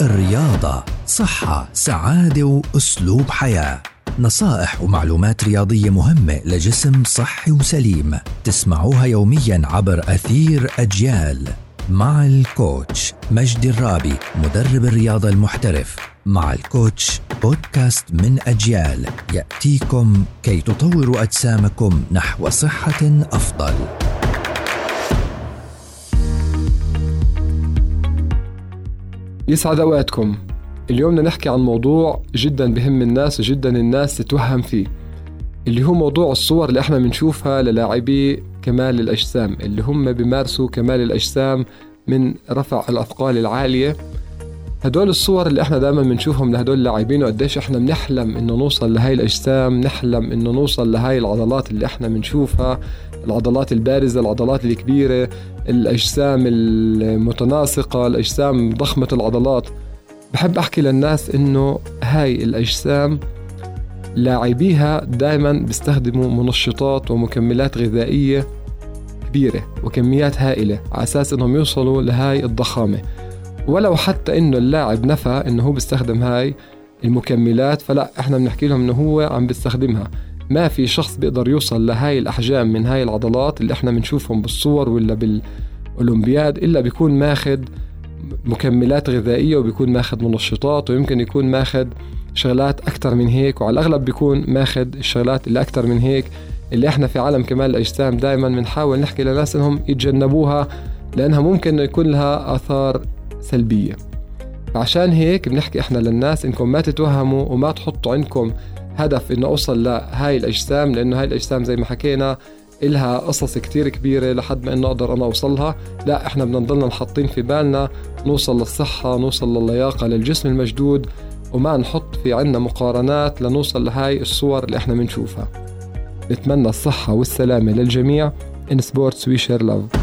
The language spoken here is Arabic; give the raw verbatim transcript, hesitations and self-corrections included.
الرياضة، صحة، سعادة وأسلوب حياة. نصائح ومعلومات رياضية مهمة لجسم صحي وسليم، تسمعوها يومياً عبر أثير أجيال مع الكوتش مجدي الرابي، مدرب الرياضة المحترف. مع الكوتش بودكاست من أجيال يأتيكم كي تطوروا أجسامكم نحو صحة أفضل. يسعد أوقاتكم. اليوم بدنا نحكي عن موضوع جدا بهم الناس وجدا الناس تتوهم فيه، اللي هو موضوع الصور اللي احنا بنشوفها للاعبي كمال الأجسام اللي هم بيمارسوا كمال الأجسام من رفع الأثقال العالية. هدول الصور اللي احنا دائما بنشوفهم لهدول اللاعبين، وقديش احنا بنحلم انه نوصل لهاي الأجسام، نحلم انه نوصل لهاي العضلات اللي احنا بنشوفها، العضلات البارزة، العضلات الكبيرة، الأجسام المتناسقة، الأجسام ضخمة العضلات. بحب أحكي للناس إنه هاي الأجسام لاعبيها دائما بيستخدموا منشطات ومكملات غذائية كبيرة وكميات هائلة على أساس إنهم يوصلوا لهاي الضخامة. ولو حتى إنه اللاعب نفى إنه هو بيستخدم هاي المكملات، فلا إحنا بنحكي لهم إنه هو عم بيستخدمها. ما في شخص بيقدر يوصل لهاي الأحجام من هاي العضلات اللي إحنا بنشوفهم بالصور ولا بالأولمبياد إلا بيكون ماخد مكملات غذائية وبيكون ماخد منشطات، ويمكن يكون ماخد شغلات أكتر من هيك، وعلى الأغلب بيكون ماخد الشغلات اللي أكتر من هيك اللي إحنا في عالم كمال الأجسام دائما بنحاول نحكي للناس إنهم يتجنبوها لأنها ممكن يكون لها آثار سلبية. عشان هيك بنحكي إحنا للناس إنكم ما تتوهموا وما تحطوا عندكم هدف إنه أوصل لهاي الأجسام، لأنه هاي الأجسام زي ما حكينا إلها قصص كتير كبيرة لحد ما إنه أقدر أنا أوصلها. لا، إحنا بنضلنا نحطين في بالنا نوصل للصحة، نوصل للياقة، للجسم المشدود، وما نحط في عنا مقارنات لنوصل لهاي الصور اللي إحنا بنشوفها. نتمنى الصحة والسلامة للجميع. In sports we share love.